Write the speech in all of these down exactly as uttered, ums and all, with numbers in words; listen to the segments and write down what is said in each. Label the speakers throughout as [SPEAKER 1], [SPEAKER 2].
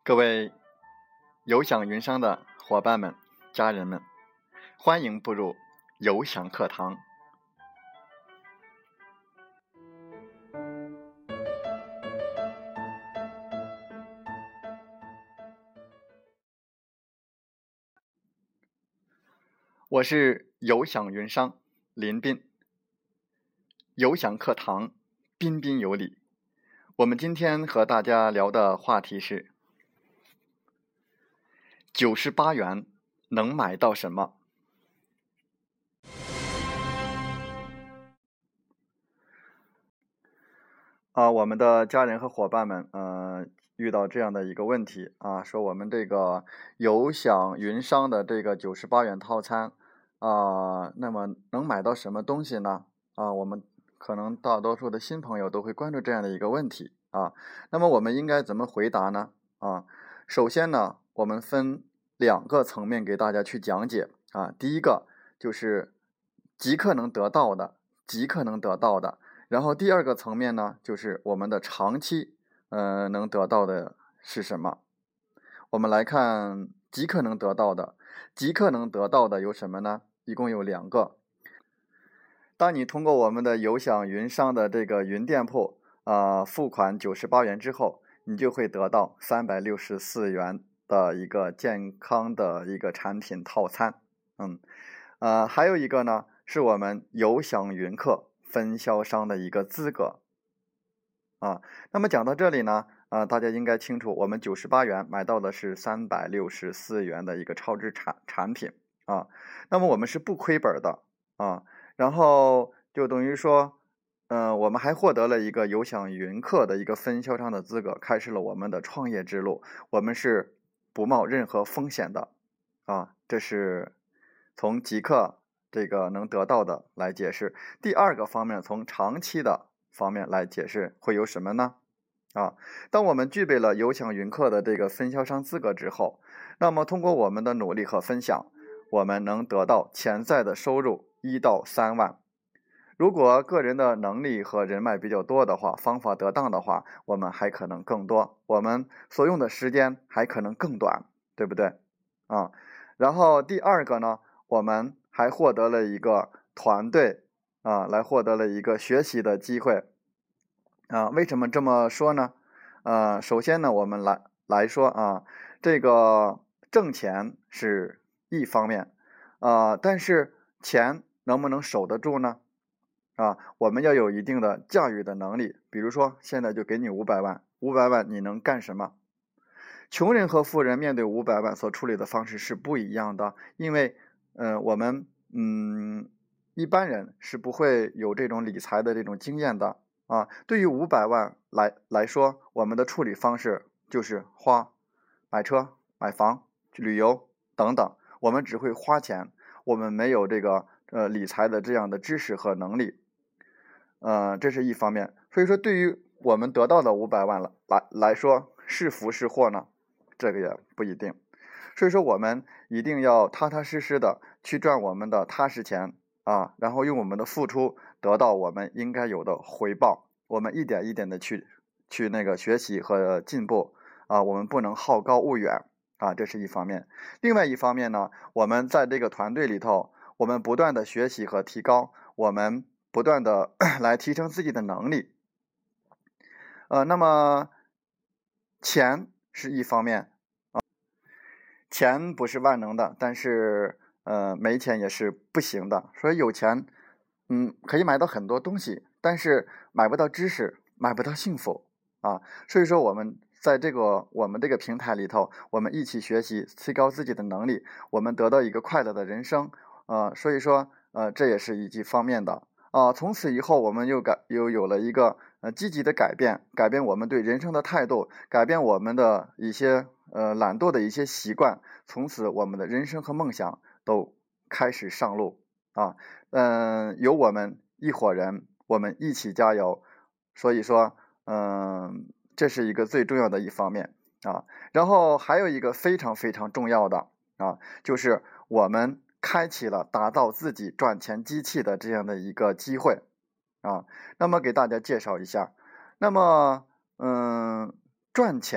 [SPEAKER 1] 各位有享云商的伙伴们、家人们，欢迎步入有享课堂。我是有享云商林斌，有享课堂彬彬有礼。我们今天和大家聊的话题是九十八元能买到什么？啊，我们的家人和伙伴们，呃，遇到这样的一个问题啊，说我们这个有享云商的这个九十八元套餐啊，那么能买到什么东西呢？啊，我们可能大多数的新朋友都会关注这样的一个问题啊。那么我们应该怎么回答呢？啊，首先呢，我们分两个层面给大家去讲解啊。第一个就是即刻能得到的，即刻能得到的。然后第二个层面呢，就是我们的长期，呃，能得到的是什么？我们来看即刻能得到的，即刻能得到的有什么呢？一共有两个。当你通过我们的有享云商的这个云店铺啊、呃，付款九十八元之后，你就会得到三百六十四元的一个健康的一个产品套餐。嗯，呃，还有一个呢，是我们有享云课分销商的一个资格啊。那么讲到这里呢，呃，大家应该清楚，我们九十八元买到的是三百六十四元的一个超值产产品啊。那么我们是不亏本的啊。然后就等于说，嗯、呃，我们还获得了一个有享云课的一个分销商的资格，开始了我们的创业之路。我们是不冒任何风险的啊。这是从即刻这个能得到的来解释。第二个方面，从长期的方面来解释会有什么呢？啊，当我们具备了有享云课的这个分销商资格之后，那么通过我们的努力和分享，我们能得到潜在的收入一到三万。如果个人的能力和人脉比较多的话，方法得当的话，我们还可能更多，我们所用的时间还可能更短，对不对？啊，然后第二个呢，我们还获得了一个团队啊，来获得了一个学习的机会啊。为什么这么说呢？呃，首先呢，我们来来说啊，这个挣钱是一方面，呃，但是钱能不能守得住呢？啊，我们要有一定的驾驭的能力。比如说，现在就给你五百万，五百万你能干什么？穷人和富人面对五百万所处理的方式是不一样的，因为，呃，我们嗯一般人是不会有这种理财的这种经验的啊。对于五百万来来说，我们的处理方式就是花、买车、买房、旅游等等，我们只会花钱，我们没有这个呃理财的这样的知识和能力。呃，这是一方面，所以说对于我们得到的五百万了来来说，是福是祸呢？这个也不一定。所以说我们一定要踏踏实实的去赚我们的踏实钱啊，然后用我们的付出得到我们应该有的回报。我们一点一点的去去那个学习和进步啊，我们不能好高骛远啊，这是一方面。另外一方面呢，我们在这个团队里头，我们不断的学习和提高，我们不断的来提升自己的能力。呃，那么钱是一方面啊，钱不是万能的，但是呃没钱也是不行的。所以有钱，嗯，可以买到很多东西，但是买不到知识，买不到幸福啊。所以说我们在这个我们这个平台里头，我们一起学习，提高自己的能力，我们得到一个快乐的人生。呃，所以说呃这也是一级方面的。啊，从此以后，我们又改又有了一个呃积极的改变，改变我们对人生的态度，改变我们的一些呃懒惰的一些习惯。从此，我们的人生和梦想都开始上路啊！嗯、呃，有我们一伙人，我们一起加油。所以说，嗯、呃，这是一个最重要的一方面啊。然后还有一个非常非常重要的啊，就是我们开启了打造自己赚钱机器的这样的一个机会啊。那么给大家介绍一下，那么嗯，赚钱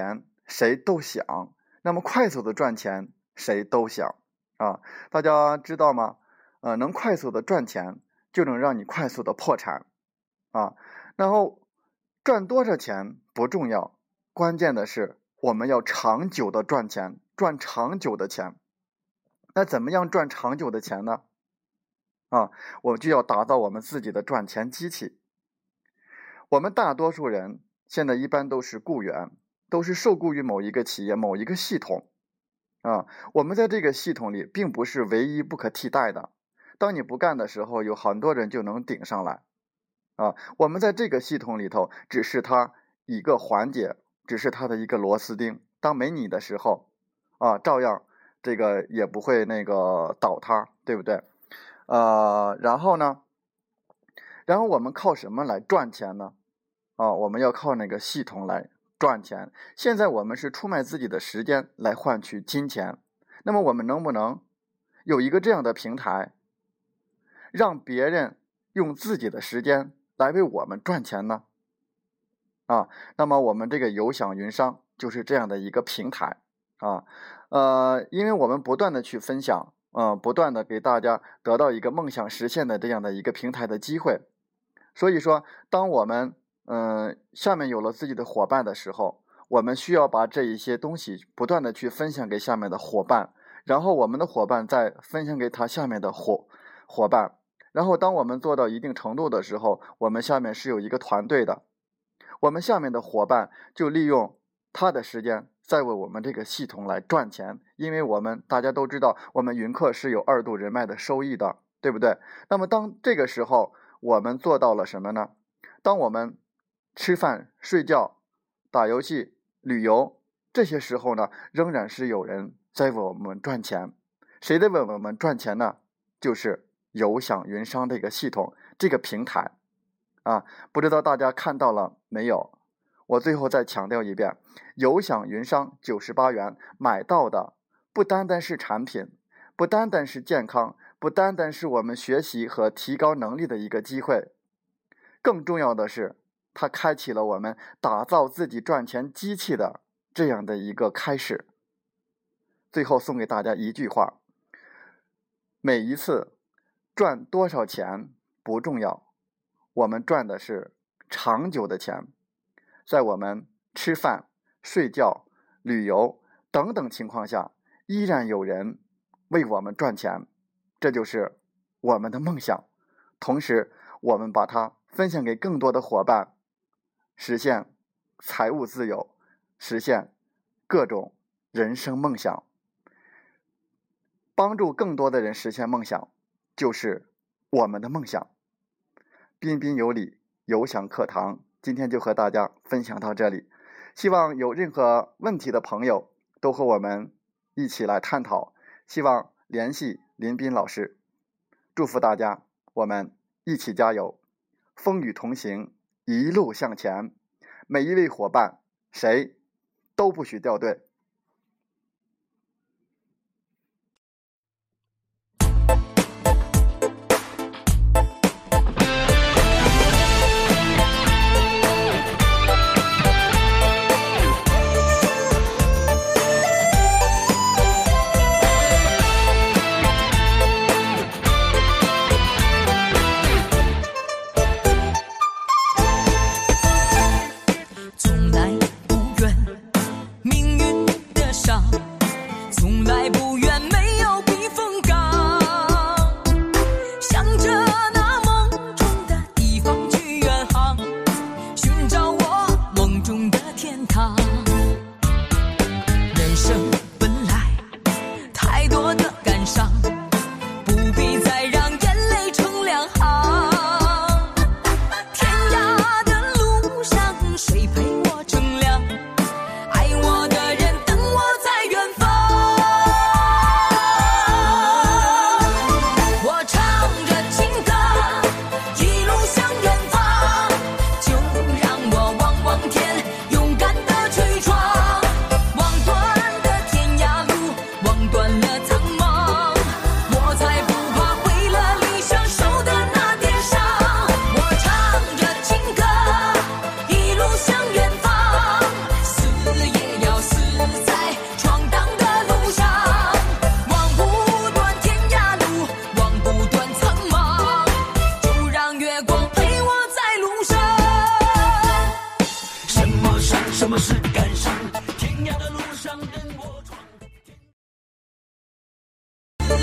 [SPEAKER 1] 谁都想，那么快速的赚钱谁都想啊。大家知道吗？呃，能快速的赚钱，就能让你快速的破产啊。然后赚多少钱不重要，关键的是我们要长久的赚钱，赚长久的钱。那怎么样赚长久的钱呢？啊，我们就要打造我们自己的赚钱机器。我们大多数人现在一般都是雇员，都是受雇于某一个企业、某一个系统啊。我们在这个系统里并不是唯一不可替代的。当你不干的时候，有很多人就能顶上来啊。我们在这个系统里头，只是它一个环节，只是它的一个螺丝钉。当没你的时候啊，照样这个也不会那个倒塌，对不对？呃，然后呢，然后我们靠什么来赚钱呢？啊，我们要靠那个系统来赚钱。现在我们是出卖自己的时间来换取金钱，那么我们能不能有一个这样的平台，让别人用自己的时间来为我们赚钱呢？啊，那么我们这个有享云商就是这样的一个平台啊。呃，因为我们不断的去分享，呃，不断的给大家得到一个梦想实现的这样的一个平台的机会。所以说，当我们嗯、呃、下面有了自己的伙伴的时候，我们需要把这一些东西不断的去分享给下面的伙伴，然后我们的伙伴再分享给他下面的伙伙伴。然后当我们做到一定程度的时候，我们下面是有一个团队的，我们下面的伙伴就利用他的时间再为我们这个系统来赚钱。因为我们大家都知道，我们云课是有二度人脉的收益的，对不对？那么当这个时候我们做到了什么呢？当我们吃饭、睡觉、打游戏、旅游这些时候呢，仍然是有人在为我们赚钱。谁在为我们赚钱呢？就是有享云商这个系统，这个平台啊。不知道大家看到了没有？我最后再强调一遍，有享云商九十八元买到的不单单是产品，不单单是健康，不单单是我们学习和提高能力的一个机会，更重要的是它开启了我们打造自己赚钱机器的这样的一个开始。最后送给大家一句话，每一次赚多少钱不重要，我们赚的是长久的钱。在我们吃饭、睡觉、旅游等等情况下，依然有人为我们赚钱，这就是我们的梦想。同时我们把它分享给更多的伙伴，实现财务自由，实现各种人生梦想，帮助更多的人实现梦想，就是我们的梦想。彬彬有礼，有享课堂，今天就和大家分享到这里。希望有任何问题的朋友都和我们一起来探讨，希望联系林彬老师。祝福大家，我们一起加油，风雨同行，一路向前。每一位伙伴，谁都不许掉队。
[SPEAKER 2] 死也要死。 什么是